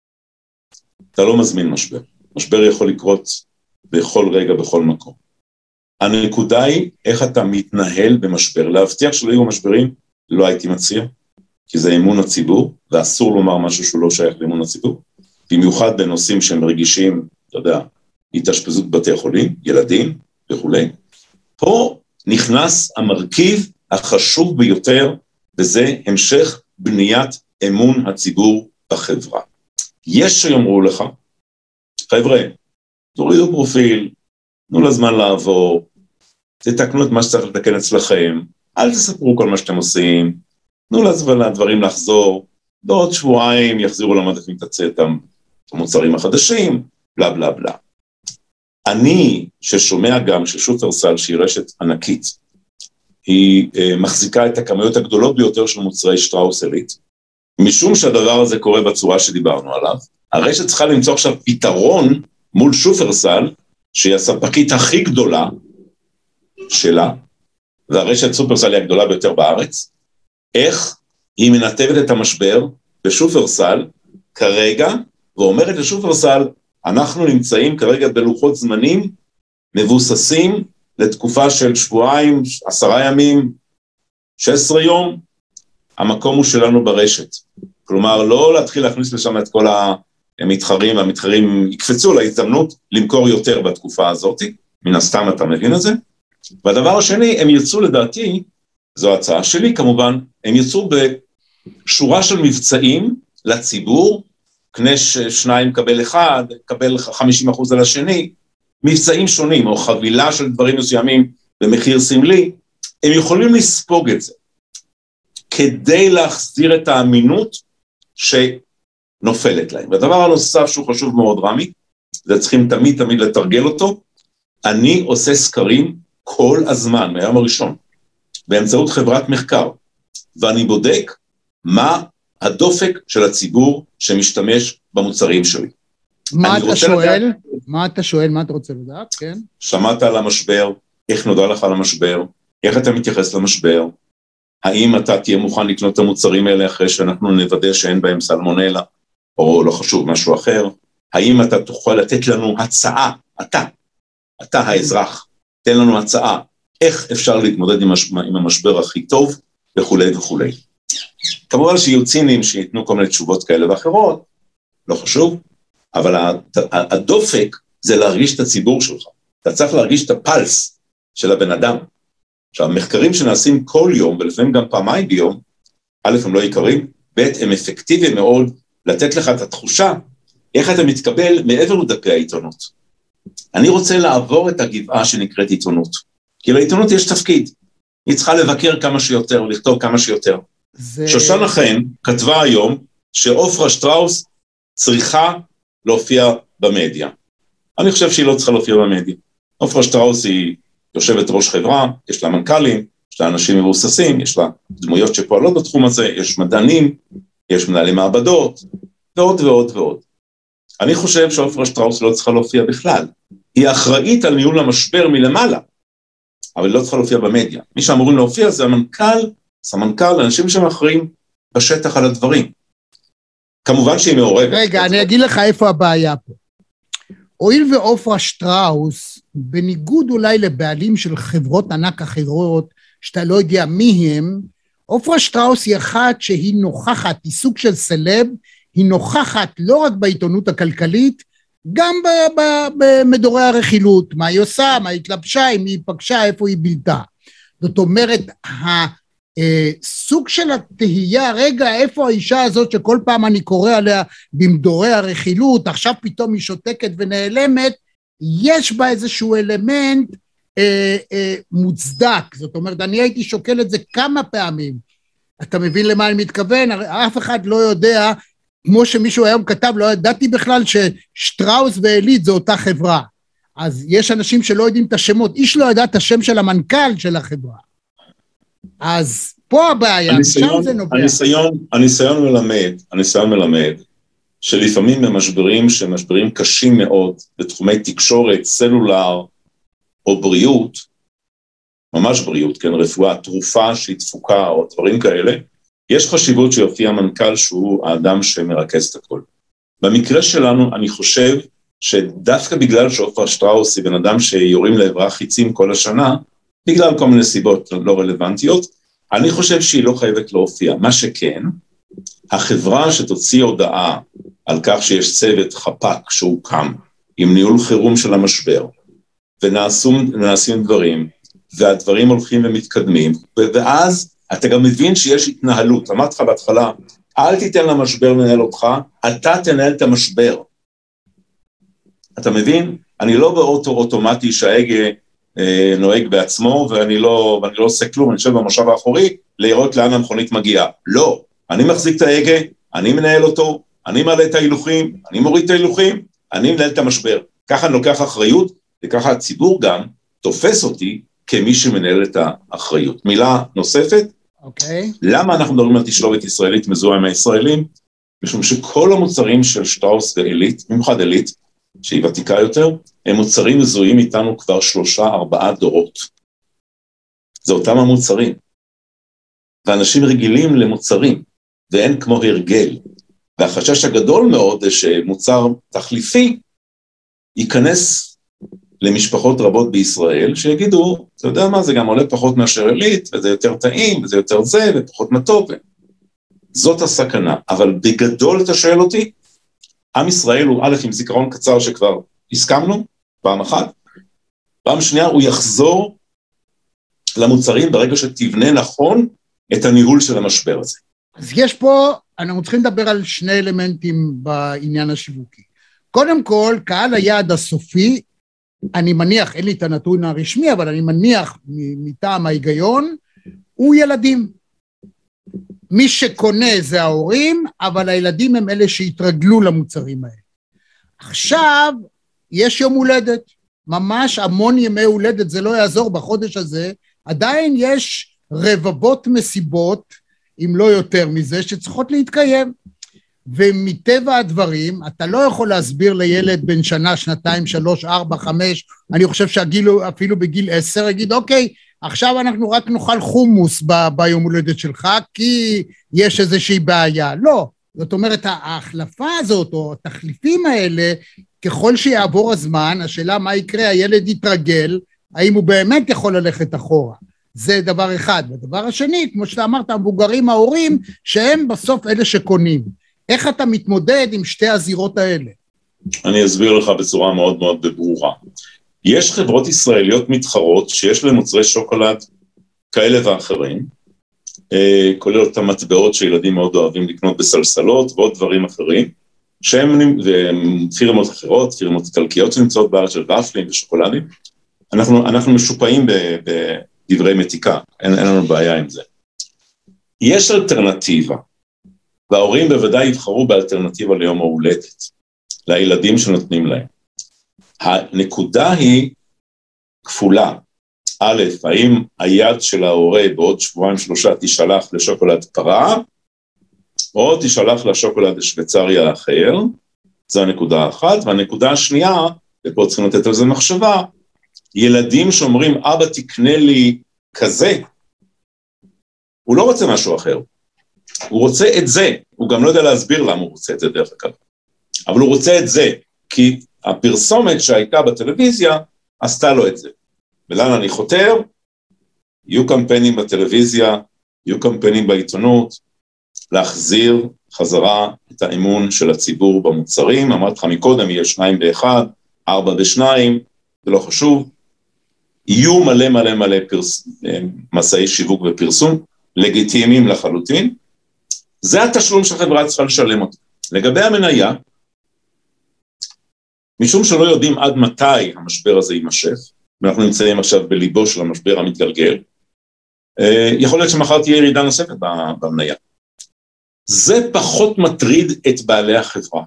אתה לא מזמין משבר. משבר יכול לקרות בכל רגע, בכל מקום. הנקודה היא איך אתה מתנהל במשבר. להבטיח שלא יהיו משברים, לא הייתי מציע, כי זה אמון הציבור, ואסור לומר משהו שהוא לא שייך לאמון הציבור. במיוחד בנושאים שהם רגישים, אתה יודע, התאשפזות בתי חולים, ילדים וכו'. פה נכנס המרכיב החשוב ביותר, וזה המשך בניית אמון הציבור בחברה. יש שיאמרו לך, חבר'ה, תורידו פרופיל, תנו לזמן לעבור, תתקנו את מה שצריך לתקן אצלכם, אל תספרו כל מה שאתם עושים, תנו לדברים לחזור, בעוד שבועיים יחזירו למדפים את המוצרים החדשים, בלה בלה בלה. אני ששומע גם ששופרסל, שהיא רשת ענקית, היא מחזיקה את הכמויות הגדולות ביותר של מוצרי שטראוס עילית, משום שהדבר הזה קורה בצורה שדיברנו עליו, הרשת צריכה למצוא עכשיו פתרון מול שופרסל, שהיא הספקית הכי גדולה שלה, והרשת שופרסל היא הגדולה ביותר בארץ, איך היא מנתבת את המשבר בשופרסל כרגע, ואומרת לשופרסל, אנחנו נמצאים כרגע בלוחות זמנים מבוססים לתקופה של שבועיים, 10 ימים, 16 יום, המקום הוא שלנו ברשת. כלומר, לא להתחיל להכניס לשם את כל המתחרים, והמתחרים יקפצו להזדמנות למכור יותר בתקופה הזאת, מן הסתם אתה מבין את זה. והדבר השני, הם יצאו לדעתי, זו הצעה שלי כמובן, הם יצאו בשורה של מבצעים לציבור, קנה 2 קבל 1, קבל 50% על השני, מבצעים שונים, או חבילה של דברים מסוימים במחיר סמלי, הם יכולים לספוג את זה, כדי להחזיר את האמינות שנופלת להם. והדבר הנוסף שהוא חשוב מאוד, רמי, זה צריכים תמיד לתרגל אותו, אני עושה סקרים כל הזמן, מהיום הראשון, באמצעות חברת מחקר, ואני בודק מה הדופק של הציבור שמשתמש במוצרים שלי. מה אתה שואל? מה אתה שואל? מה אתה רוצה לדעת? כן. שמעת על המשבר, איך נודע לך על המשבר, איך אתה מתייחס למשבר, האם אתה תהיה מוכן לקנות את המוצרים האלה אחרי שאנחנו נוודא שאין בהם סלמונלה, או לא חשוב, משהו אחר, האם אתה תוכל לתת לנו הצעה, אתה האזרח, תן לנו הצעה, איך אפשר להתמודד עם המשבר הכי טוב, וכו' וכו'. כמובן שיהיו צינים שיתנו כל מיני תשובות כאלה ואחרות, לא חשוב, אבל הדופק זה להרגיש את הציבור שלך. אתה צריך להרגיש את הפלס של הבן אדם. עכשיו, המחקרים שנעשים כל יום, ולפעמים גם פעמיים ביום, א', הם לא יקרים, ב', הם אפקטיביים מאוד לתת לך את התחושה, איך אתה מתקבל מעבר לדפי העיתונות. אני רוצה לעבור את הגבעה שנקראת עיתונות, כי לעיתונות יש תפקיד, היא צריכה לבקר כמה שיותר, לכתוב כמה שיותר. שושנה חן כתבה היום, שעופרה שטראוס צריכה להופיע במדיה. אני חושב שהיא לא צריכה להופיע במדיה. עופרה שטראוס היא יושבת ראש חברה, יש לה מנכ"לים, יש לה אנשים מבוססים, יש לה דמויות שפועלות בתחום הזה, יש מדענים, יש מנהלי מעבדות, ועוד ועוד ועוד. אני חושב שעופרה שטראוס לא צריכה להופיע בכלל. היא אחראית על ניהול המשבר מלמעלה, אבל היא לא צריכה להופיע במדיה. מי שאמורים להופיע זה המנכ"ל, סמנכ"ל, אנשים שמאחרים בשטח על הדברים. כמובן שהיא מעורבת. רגע, אני אגיד לך איפה הבעיה פה. הואיל ועופרה שטראוס, בניגוד אולי לבעלים של חברות ענק אחרות, שאתה לא יודע מי הם, עופרה שטראוס היא אחת שהיא נוכחת, היא סוג של סלב, היא נוכחת לא רק בעיתונות הכלכלית, גם במדורי הרכילות, מה היא עושה, מה היא התלבשה, אם היא פגשה, איפה היא בלתה. זאת אומרת, סוג של התהייה, רגע, איפה האישה הזאת שכל פעם אני קורא עליה במדורי הרכילות, עכשיו פתאום היא שותקת ונעלמת, יש בה איזשהו אלמנט מוצדק, זאת אומרת, אני הייתי שוקל את זה כמה פעמים, אתה מבין למה אני מתכוון? אף אחד לא יודע, כמו שמישהו היום כתב, לא ידעתי בכלל ששטראוס ואלית זו אותה חברה, אז יש אנשים שלא יודעים את השמות, איש לא ידע את השם של המנכ"ל של החברה, אז פה הבעיה, שם זה נובע. הניסיון מלמד, שלפעמים במשברים, שמשברים קשים מאוד, בתחומי תקשורת, סלולר, או בריאות, ממש בריאות, כן, רפואה, תרופה שהיא תפוקה, או דברים כאלה, יש חשיבות שיופיע המנכ"ל שהוא האדם שמרכז את הכל. במקרה שלנו, אני חושב שדווקא בגלל שעופרה שטראוס היא בן אדם שיורים לעברה חיצים כל השנה, בגלל כל מיני סיבות לא רלוונטיות, אני חושב שהיא לא חייבת להופיע. מה שכן, החברה שתוציא הודעה על כך שיש צוות חפ"ק שהוקם, עם ניהול חירום של המשבר, ונעשים דברים, והדברים הולכים ומתקדמים, ואז אתה גם מבין שיש התנהלות. אמרתי לך בהתחלה, אל תיתן למשבר לנהל אותך, אתה תנהל את המשבר. אתה מבין? אני לא באוטו אוטומטי שההגה נוהג בעצמו, ואני לא עושה כלום, אני חושב במושב האחורי, לראות לאן המכונית מגיעה. לא, אני מחזיק את ההגה, אני מנהל אותו, אני מעלה את ההילוכים, אני מוריד את ההילוכים, אני מנהל את המשבר. ככה אני לוקח אחריות, וככה הציבור גם תופס אותי כמי שמנהל את האחריות. מילה נוספת, למה אנחנו מדברים על תשלובת ישראלית מזוהה עם הישראלים? משום שכל המוצרים של שטראוס ואלית, במיוחד אלית, שהיא ותיקה יותר, הם מוצרים מזוהים איתנו כבר 3-4 דורות. זה אותם המוצרים. ואנשים רגילים למוצרים, ואין כמו הרגל. והחשש הגדול מאוד זה שמוצר תחליפי ייכנס למשפחות רבות בישראל, שיגידו, אתה יודע מה, זה גם עולה פחות מאשר אלית, וזה יותר טעים, וזה יותר זה, ופחות מתוק. זאת הסכנה. אבל בגדול אתה שואל אותי, עם ישראל הוא א' עם זיכרון קצר שכבר הסכמנו, פעם אחת, פעם שנייה הוא יחזור למוצרים ברגע שתבנה נכון את הניהול של המשבר הזה. אז יש פה, אנחנו צריכים לדבר על שני אלמנטים בעניין השיווקי. קודם כל, קהל היעד הסופי, אני מניח, אין לי את הנתון הרשמי, אבל אני מניח מטעם ההיגיון, הוא ילדים. מי שקונה זה ההורים, אבל הילדים הם אלה שהתרגלו למוצרים האלה. עכשיו, יש יום הולדת, ממש המון ימי הולדת, זה לא יעזור בחודש הזה, עדיין יש רבבות מסיבות, אם לא יותר מזה, שצריכות להתקיים. ומטבע הדברים, אתה לא יכול להסביר לילד בן שנה, שנתיים, 3, 4, 5, אני חושב שהגיל, אפילו בגיל 10, יגיד, אוקיי, עכשיו אנחנו רק נאכל חומוס ביום הולדת שלך, כי יש איזושהי בעיה. לא, זאת אומרת, ההחלפה הזאת, או התחליפים האלה, ככל שיעבור הזמן, השאלה מה יקרה, הילד יתרגל, האם הוא באמת יכול ללכת אחורה. זה דבר אחד. ודבר השני, כמו שאתה אמרת, המבוגרים ההורים, שהם בסוף אלה שקונים. איך אתה מתמודד עם שתי הזירות האלה? אני אסביר לך בצורה מאוד מאוד ברורה. יש חברות ישראליות מתחרות שיש להם מוצרי שוקולד כאלה ואחרים, כולל אותם מטבעות שילדים מאוד אוהבים לקנות בסלסלות ועוד דברים אחרים, שהם פירמות אחרות, פירמות איטלקיות שנמצאות בארץ של ופלים ושוקולדים. אנחנו משופעים בדברי מתיקה, אין לנו בעיה עם זה. יש אלטרנטיבה, וההורים בוודאי יבחרו באלטרנטיבה ליום ההולדת, לילדים שנותנים להם. הנקודה היא כפולה. א', האם היד של ההורה בעוד 2-3 תשלח לשוקולד פרה, או תשלח לשוקולד השוויצרי האחר, זו הנקודה אחת, והנקודה השנייה, ופה צריכים לתת על זה מחשבה, ילדים שאומרים, אבא תקנה לי כזה, הוא לא רוצה משהו אחר, הוא רוצה את זה, הוא גם לא יודע להסביר למה הוא רוצה את זה דרך אגב, אבל הוא רוצה את זה, כי הפרסומת שהייתה בטלוויזיה, עשתה לו את זה. ולאן אני חותר? יהיו קמפיינים בטלוויזיה, יהיו קמפיינים בעיתונות, להחזיר חזרה את האמון של הציבור במוצרים, אמרתי לך מקודם, יהיה 2 ב-1, 4 ב-2, זה לא חשוב, יהיו מלא מסעי שיווק ופרסום, לגיטימיים לחלוטין, זה התשלום שהחברה צריכה לשלם אותו. לגבי המניה, משום שלא יודעים עד מתי המשבר הזה יימשך, ואנחנו נמצאים עכשיו בליבו של המשבר המתגלגל, יכול להיות שמחר תהיה ירידה נוספת במניה. זה פחות מטריד את בעלי החברה,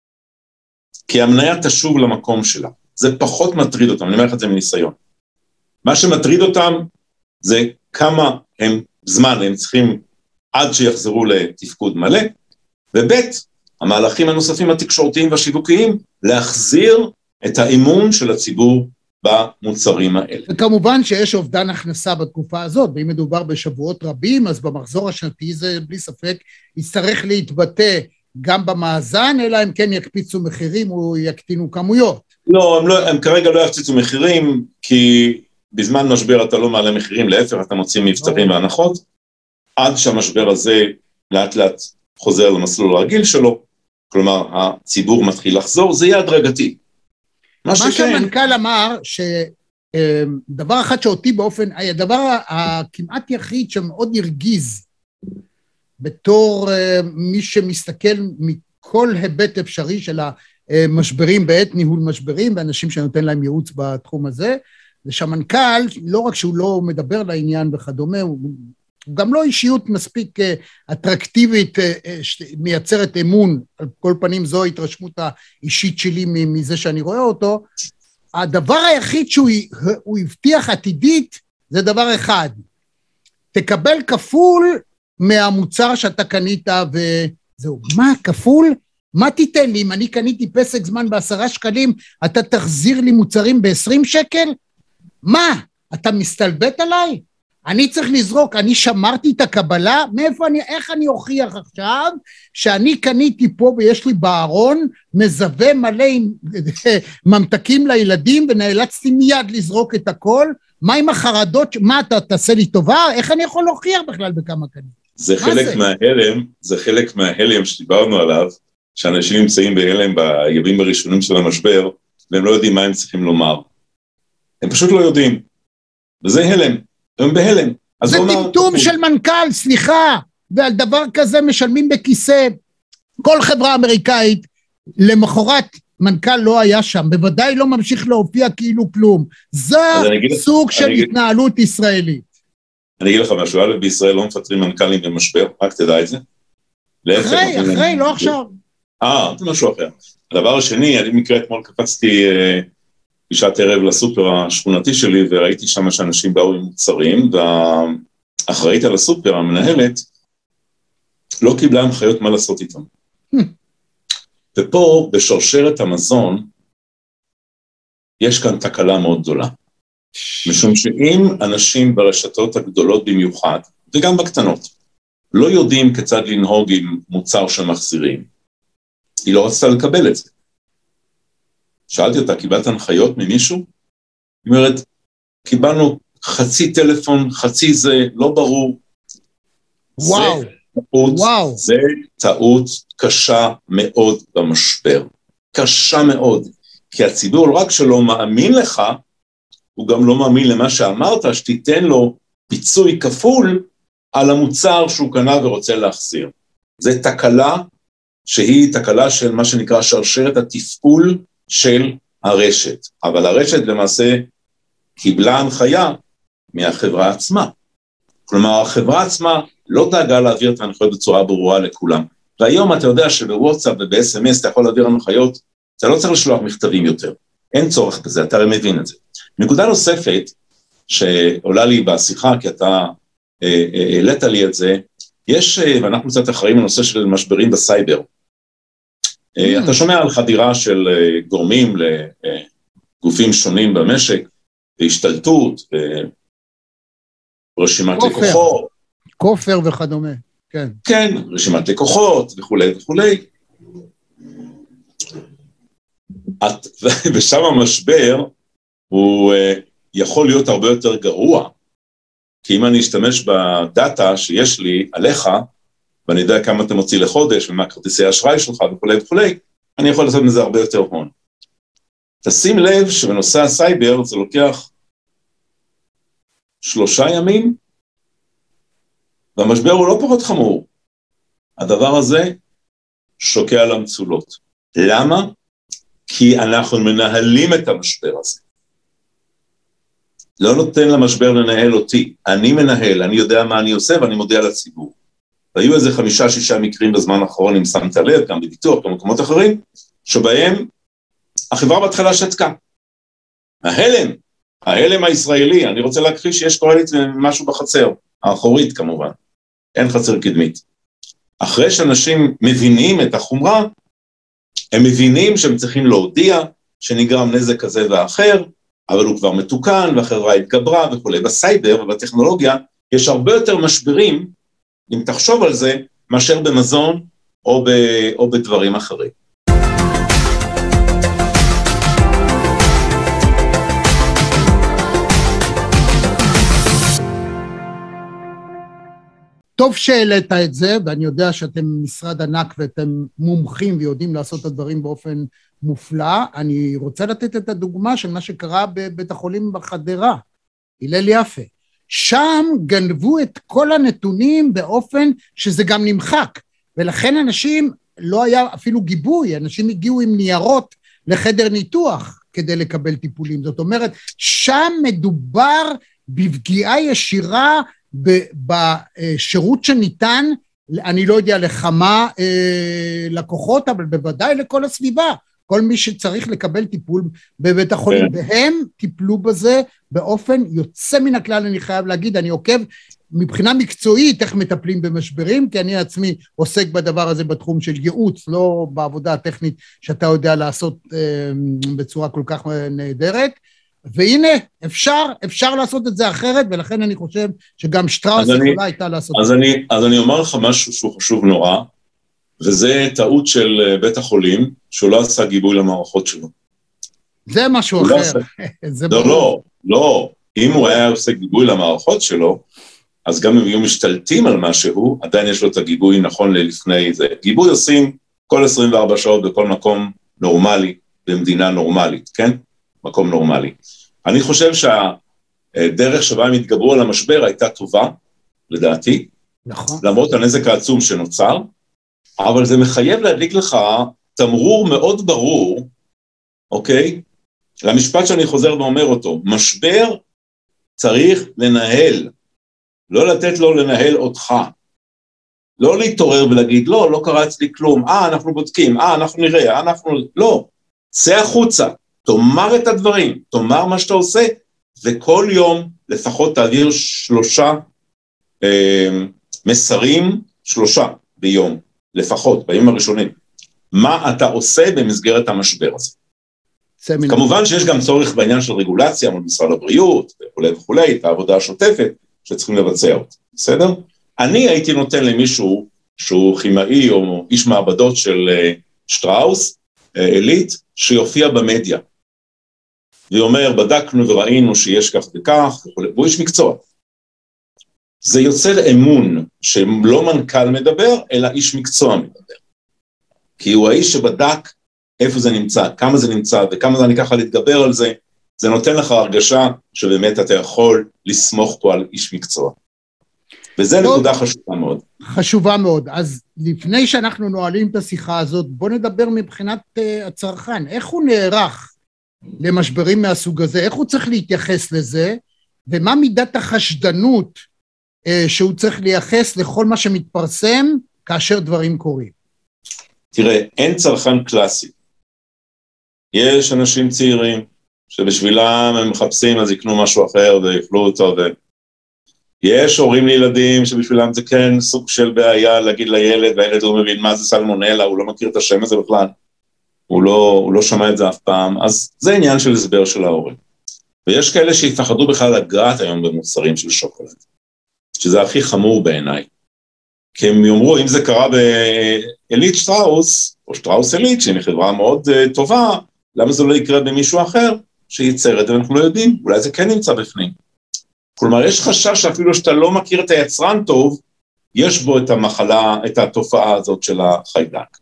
כי המניה תשוב למקום שלה. זה פחות מטריד אותם, אני אומר לך את זה מניסיון. מה שמטריד אותם זה כמה זמן הם צריכים עד שיחזרו לתפקוד מלא, ובית, המהלכים הנוספים התקשורתיים והשיווקיים, להחזיר את האמון של הציבור במוצרים האלה. וכמובן שיש אובדן הכנסה בתקופה הזאת, ואם מדובר בשבועות רבים, אז במחזור השנתי זה בלי ספק יצטרך להתבטא גם במאזן, אלא אם כן יקפיצו מחירים או יקטינו כמויות. לא, הם כרגע לא יקפיצו מחירים, כי בזמן משבר אתה לא מעלה מחירים, להפך אתה מוציא מבטחים והנחות, עד שהמשבר הזה לאט לאט חוזר למסלול הרגיל שלו, כלומר הציבור מתחיל לחזור, זה יהיה הדרגתי. מה שהמנכ"ל אמר, שדבר אחד שאותי באופן, הדבר הכמעט יחיד שמאוד הרגיז, בתור מי שמסתכל מכל היבט אפשרי של המשברים בעת ניהול משברים, ואנשים שנותן להם ייעוץ בתחום הזה, זה שהמנכ"ל, לא רק שהוא לא מדבר לעניין וכדומה, הוא גם לא אישיות מספיק אטרקטיבית, מייצרת אמון, על כל פנים זו ההתרשמות האישית שלי מזה שאני רואה אותו, הדבר היחיד שהוא הבטיח עתידית, זה דבר אחד, תקבל כפול מהמוצר שאתה קנית וזהו. מה כפול? מה תיתן לי? אם אני קניתי פסק זמן ב10 שקלים, אתה תחזיר לי מוצרים ב20 שקל? מה? אתה מסתלבט עליי? אני צריך לזרוק, אני שמרתי את הקבלה, איך אני אוכיח עכשיו שאני קניתי פה ויש לי בארון מזווה מלא עם ממתקים לילדים ונאלצתי מיד לזרוק את הכל, מה עם החרדות, מה אתה תעשה לי טובה? איך אני יכול להוכיח בכלל בכמה קנים? זה חלק מההלם שדיברנו עליו, שאנשים נמצאים בהלם בימים הראשונים של המשבר, והם לא יודעים מה הם צריכים לומר. הם פשוט לא יודעים. וזה הלם. הם בהלם. זה טמטום של מנכ"ל, סליחה, ועל דבר כזה משלמים בכיסא. כל חברה אמריקאית, למחרת מנכ"ל לא היה שם, בוודאי לא ממשיך להופיע כאילו כלום. זה סוג של התנהלות ישראלית. אני אגיד לך משהו, בישראל לא מפטרים מנכ"לים במשבר, רק תדע את זה. אחרי, לא עכשיו. זה משהו אחר. הדבר השני, אני במקרה אתמול קפצתי בשעת ערב לסופר השכונתי שלי, וראיתי שם שאנשים באו עם מוצרים, והאחראית על הסופר, המנהלת, לא קיבלה הנחיות מה לעשות איתם. ופה, בשרשרת המזון, יש כאן תקלה מאוד גדולה. משום שאם אנשים ברשתות הגדולות במיוחד, וגם בקטנות, לא יודעים כיצד לנהוג עם מוצר שמחזירים, היא לא רצתה לקבל את זה. שאלתי אותה, קיבלת הנחיות ממישהו? היא אומרת, קיבלנו חצי טלפון, חצי זה, לא ברור. וואו. זה טעות קשה מאוד במשבר. קשה מאוד. כי הציבור לא רק שלא מאמין לך, הוא גם לא מאמין למה שאמרת, שתיתן לו פיצוי כפול על המוצר שהוא קנה ורוצה להחזיר. זה תקלה שהיא תקלה של מה שנקרא שרשרת התפעול של הרשת. אבל הרשת למעשה קיבלה הנחיה מהחברה עצמה. כלומר, החברה עצמה לא דאגה להעביר את ההנחיות בצורה ברורה לכולם. והיום אתה יודע שבוואטסאפ וב-SMS אתה יכול להעביר הנחיות, אתה לא צריך לשלוח מכתבים יותר. אין צורך בזה, אתה הרי מבין את זה. נקודה נוספת שעולה לי בשיחה, כי אתה העלית לי את זה, יש, ואנחנו קצת אחראים לנושא של משברים בסייבר. אתה שומע על חדירה של גורמים לגופים שונים במשק, והשתלטות, ורשימת לקוחות. כופר וכדומה, כן. כן, רשימת לקוחות וכו' וכו'. ושם המשבר הוא יכול להיות הרבה יותר גרוע, כי אם אני אשתמש בדאטה שיש לי עליך, ואני יודע כמה אתה מוציא לחודש, ומה כרטיסי האשראי שלך וכו' וכו', אני יכול לעשות מזה הרבה יותר הון. תשים לב שבנושא הסייבר זה לוקח 3 ימים, והמשבר הוא לא פחות חמור. הדבר הזה שוקע על המצולות. למה? כי אנחנו מנהלים את המשבר הזה. לא נותן למשבר לנהל אותי, אני מנהל, אני יודע מה אני עושה ואני מודיע לציבור. והיו איזה 5-6 מקרים בזמן האחרון, אם שמת לב, גם בביטוח, גם במקומות אחרים, שבהם החברה בהתחלה שתקה. ההלם הישראלי, אני רוצה להכחיש שיש קורלית משהו בחצר, האחורית כמובן, אין חצר קדמית. אחרי שאנשים מבינים את החומרה, הם מבינים שהם צריכים להודיע שנגרם נזק כזה ואחר, אבל הוא כבר מתוקן והחברה התגברה וכו'. בסייבר ובטכנולוגיה יש הרבה יותר משברים, אם תחשוב על זה, מאשר במזון או בדברים אחרים. טוב שהעלית את זה, ואני יודע שאתם משרד ענק ואתם מומחים ויודעים לעשות את הדברים באופן מופלא. אני רוצה לתת את הדוגמה של מה שקרה בבית החולים בחדרה, הלל יפה. שם גנבו את כל הנתונים באופן שזה גם נמחק, ולכן אנשים לא היה אפילו גיבוי, אנשים הגיעו עם ניירות לחדר ניתוח כדי לקבל טיפולים. זאת אומרת, שם מדובר בפגיעה ישירה בשירות שניתן, אני לא יודע לכמה לקוחות, אבל בוודאי לכל הסביבה, כל מי שצריך לקבל טיפול בבית החולים, והם טיפלו בזה באופן יוצא מן הכלל. אני חייב להגיד, אני עוקב מבחינה מקצועית איך מטפלים במשברים, כי אני עצמי עוסק בדבר הזה בתחום של ייעוץ, לא בעבודה הטכנית שאתה יודע לעשות בצורה כל כך נהדרת, והנה, אפשר לעשות את זה אחרת, ולכן אני חושב שגם שטראוס יכולה הייתה לעשות את זה. אז אני אומר לך משהו שהוא חשוב נורא, וזה טעות של בית החולים, שהוא לא עשה גיבוי למערכות שלו. זה משהו אחר. לא. אם הוא היה עושה גיבוי למערכות שלו, אז גם אם היו משתלטים על משהו, עדיין יש לו את הגיבוי נכון ללפני זה. גיבוי עושים כל 24 שעות בכל מקום נורמלי, במדינה נורמלית, כן? מקום נורמלי. אני חושב שהדרך שבה הם התגברו על המשבר הייתה טובה, לדעתי, נכון. למרות הנזק העצום שנוצר, אבל זה מחייב להדליק לך תמרור מאוד ברור, אוקיי? למשפט שאני חוזר ואומר אותו, משבר צריך לנהל, לא לתת לו לנהל אותך. לא להתעורר ולהגיד, לא קרה אצלי כלום, אנחנו בודקים, אנחנו נראה, לא. צא החוצה, תאמר את הדברים, תאמר מה שאתה עושה, וכל יום לפחות תעביר 3 מסרים, 3 ביום. לפחות, בימים הראשונים, מה אתה עושה במסגרת המשבר הזה. כמובן שיש גם צורך בעניין של רגולציה מול משרד הבריאות, וכו', את העבודה השוטפת שצריכים לבצע אותה, בסדר? אני הייתי נותן למישהו שהוא כימאי או איש מעבדות של שטראוס, אליט, שיופיע במדיה. והוא אומר, בדקנו וראינו שיש כך וכך, והוא איש מקצוע. זה יוצר אמון שלא מנכ"ל מדבר, אלא איש מקצוע מדבר. כי הוא האיש שבדק איפה זה נמצא, כמה זה נמצא, וכמה זה ניקח להתגבר על זה, זה נותן לך הרגשה שבאמת אתה יכול לסמוך פה על איש מקצוע. וזה נקודה חשובה מאוד. חשובה מאוד. אז לפני שאנחנו נועלים את השיחה הזאת, בוא נדבר מבחינת הצרכן. איך הוא נערך למשברים מהסוג הזה? איך הוא צריך להתייחס לזה? ומה מידת החשדנות שהוא צריך לייחס לכל מה שמתפרסם כאשר דברים קורים? תראה, אין צרכן קלאסי. יש אנשים צעירים שבשבילם הם מחפשים אז יקנו משהו אחר ויפלו אותו, יש הורים לילדים שבשבילם זה כן סוג של בעיה להגיד לילד, והילד לא מבין מה זה סלמונלה, הוא לא מכיר את השם הזה בכלל, הוא לא שמע את זה אף פעם, אז זה עניין של הסבר של ההורים. ויש כאלה שיפחדו בכלל לגעת היום במוצרים של שוקולד, שזה הכי חמור בעיניי. כי הם יאמרו, אם זה קרה באליט שטראוס, או שטראוס אליט, שהיא חברה מאוד טובה, למה זה לא יקרה במישהו אחר שייצר את זה, ואנחנו לא יודעים, אולי זה כן נמצא בפנים. כלומר, יש חשש שאפילו שאתה לא מכיר את היצרן טוב, יש בו את המחלה, את התופעה הזאת של החיידק.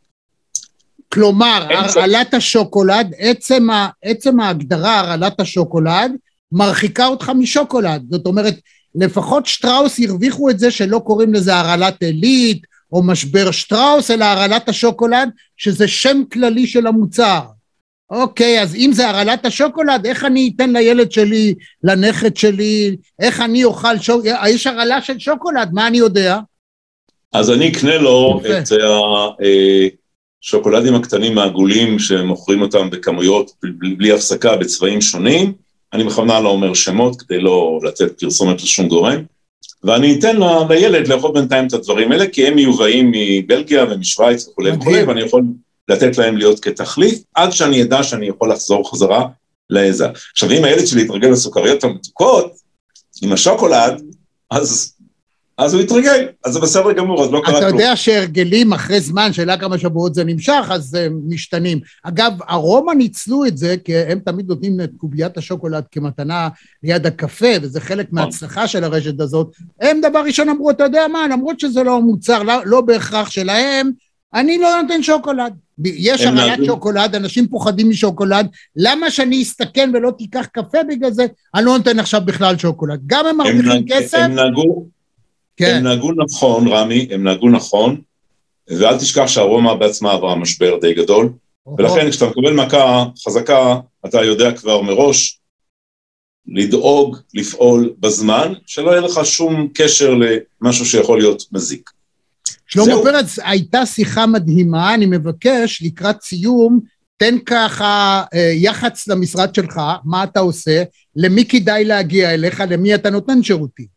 כלומר, הרעלת השוקולד, עצם ההגדרה הרעלת השוקולד, מרחיקה אותך משוקולד. זאת אומרת, לפחות שטראוס הרוויחו את זה שלא קוראים לזה הרעלת עילית, או משבר שטראוס, אלא הרעלת השוקולד, שזה שם כללי של המוצר. אוקיי, אז אם זה הרעלת השוקולד, איך אני אתן לילד שלי, לנכד שלי, איך אני אוכל יש הרעלה של שוקולד, מה אני יודע? אז אני אקנה לו את השוקולדים הקטנים העגולים, שמוכרים אותם בכמויות בלי הפסקה, בצבעים שונים, אני בכוונה לא אומר שמות, כדי לא לתת פרסומת לשום גורם, ואני אתן לילד לאכול בינתיים את הדברים האלה, כי הם מיובאים מבלגיה ומשוויץ וכו' וכו', ואני יכול לתת להם להיות כתחליף, עד שאני ידע שאני יכול לחזור חזרה לעזה. עכשיו, אם הילד שלי יתרגל לסוכריות המתוקות, עם השוקולד, אז הוא יתרגל, אז זה בסדר גמור, אז לא קרה כלום. אתה יודע שהרגלים אחרי זמן, שאלה כמה שבועות זה נמשך, אז הם משתנים. אגב, הרומא ניצלו את זה, כי הם תמיד נותנים את קוביית השוקולד כמתנה ליד הקפה, וזה חלק מההצלחה של הרשת הזאת. הם דבר ראשון אמרו, אתה יודע מה, למרות שזה לא מוצר, לא בהכרח שלהם, אני לא נותן שוקולד. יש הרעלת שוקולד, אנשים פוחדים משוקולד, למה שאני אסתכן ולא תיקח קפה בגלל זה? אני לא נותן עכשיו בכלל שוקולד. גם הם מרוויחים כסף. הם נהגו נכון, רמי, הם נהגו נכון, ואל תשכח שהרומא בעצמה עברה משבר די גדול, ולכן כשאתה מקבל מכה חזקה, אתה יודע כבר מראש, לדאוג, לפעול בזמן, שלא יהיה לך שום קשר למשהו שיכול להיות מזיק. שלמה פרץ, הייתה שיחה מדהימה, אני מבקש לקראת סיום, תן ככה יחץ למשרד שלך, מה אתה עושה, למי כדאי להגיע אליך, למי אתה נותן שירותים?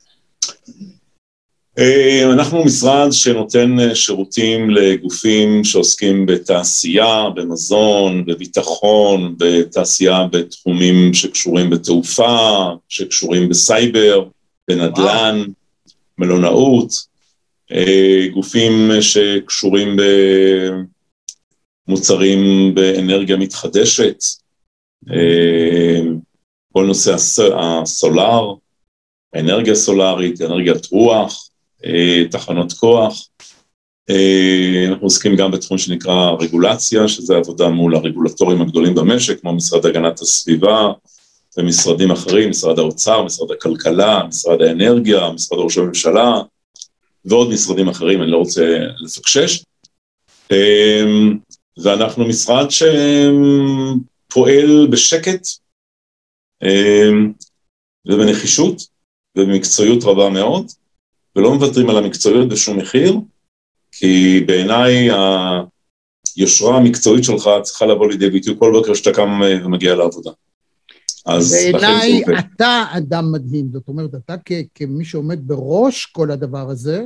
אנחנו משרד שנותן שירותים לגופים שעוסקים בתעשייה, במזון, בביטחון, בתעשייה בתחומים שקשורים בתעופה, שקשורים בסייבר, בנדלן, מלונאות, גופים שקשורים במוצרים באנרגיה מתחדשת, כל נושא הסולר, האנרגיה סולרית, אנרגיית רוח, תחנות כוח, אנחנו עוסקים גם בתחום שנקרא רגולציה, שזה עבודה מול הרגולטורים הגדולים במשק, כמו משרד הגנת הסביבה, ומשרדים אחרים, משרד האוצר, משרד הכלכלה, משרד האנרגיה, משרד ראש הממשלה, ועוד משרדים אחרים, אני לא רוצה לפקשש, ואנחנו משרד שפועל בשקט, ובנחישות, ובמקצועיות רבה מאוד, ולא מוותרים על המקצועיות בשום מחיר, כי בעיניי היושרה המקצועית שלך צריכה לבוא לידי ביטוי כל בוקר שאתה קם ומגיע לעבודה. בעיניי אתה אדם מדהים, זאת אומרת, אתה כמי שעומד בראש כל הדבר הזה,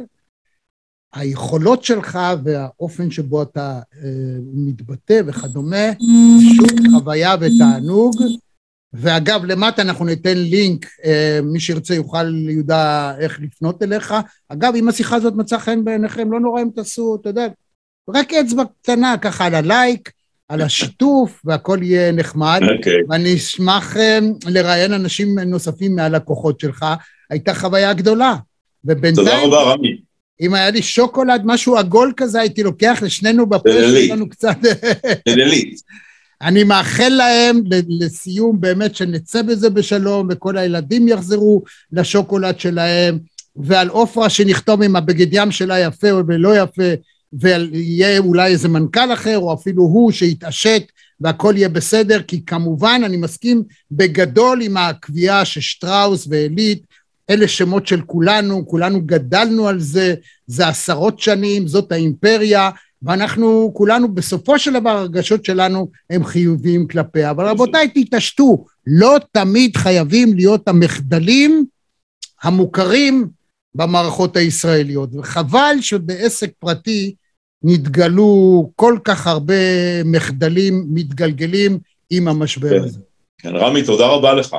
היכולות שלך והאופן שבו אתה מתבטא וכדומה, שוב חוויה ותענוג, ואגב, למטה אנחנו ניתן לינק, מי שירצה יוכל ידע איך לפנות אליך. אגב, אם השיחה הזאת מצא חן בעיניכם, לא נורא אם תעשו, אתה יודע, רק אצבע קטנה ככה על הלייק, על השיתוף, והכל יהיה נחמד. ואני אשמח לראיין אנשים נוספים מהלקוחות שלך, הייתה חוויה גדולה. תודה רבה, רמי. אם היה לי שוקולד, משהו עגול כזה, הייתי לוקח לשנינו בפה שלנו קצת. בלילית. אני מאחל להם לסיום באמת שנצא בזה בשלום, וכל הילדים יחזרו לשוקולד שלהם, ועל אופרה שנכתוב עם הבגד ים שלה יפה או לא יפה, ויהיה אולי איזה מנכ"ל אחר, או אפילו הוא שיתעשת, והכל יהיה בסדר, כי כמובן אני מסכים בגדול עם הקביעה ששטראוס ועילית, אלה שמות של כולנו, כולנו גדלנו על זה, זה עשרות שנים, זאת האימפריה, ואנחנו כולנו בסופו של דבר הרגשות שלנו הם חיוביים כלפיה, אבל רבותיי תתעשתו, לא תמיד חייבים להיות המחדלים המוכרים במערכות הישראליות, וחבל שבעסק פרטי נתגלו כל כך הרבה מחדלים מתגלגלים עם המשבר הזה. כן, רמי, תודה רבה לך.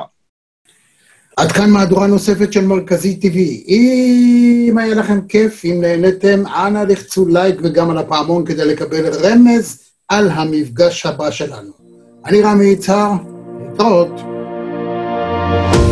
עד כאן מהדורה נוספת של מרכזי TV. אם היה לכם כיף, אם נהנתם, אנא לחצו לייק וגם על הפעמון כדי לקבל רמז על המפגש הבא שלנו. אני רמי יצהר, להתראות.